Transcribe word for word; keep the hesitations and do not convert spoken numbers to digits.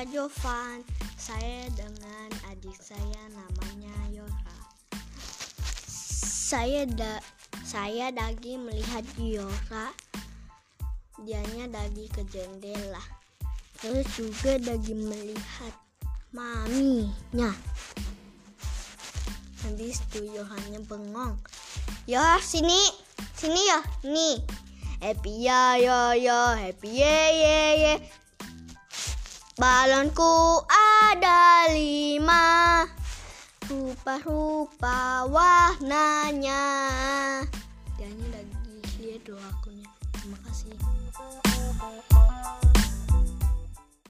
saya Jovan. Saya dengan adik saya namanya Yora. Saya da saya lagi melihat Yora. Dianya lagi ke jendela. Terus juga lagi melihat maminya. Habis itu Yohannya bengong. Yo sini, sini ya, nih. Happy ya yo yo, happy ye ye ye. Balonku ada lima, rupa-rupa warnanya. Dia ini lagi lihat doa akunya. Terima kasih.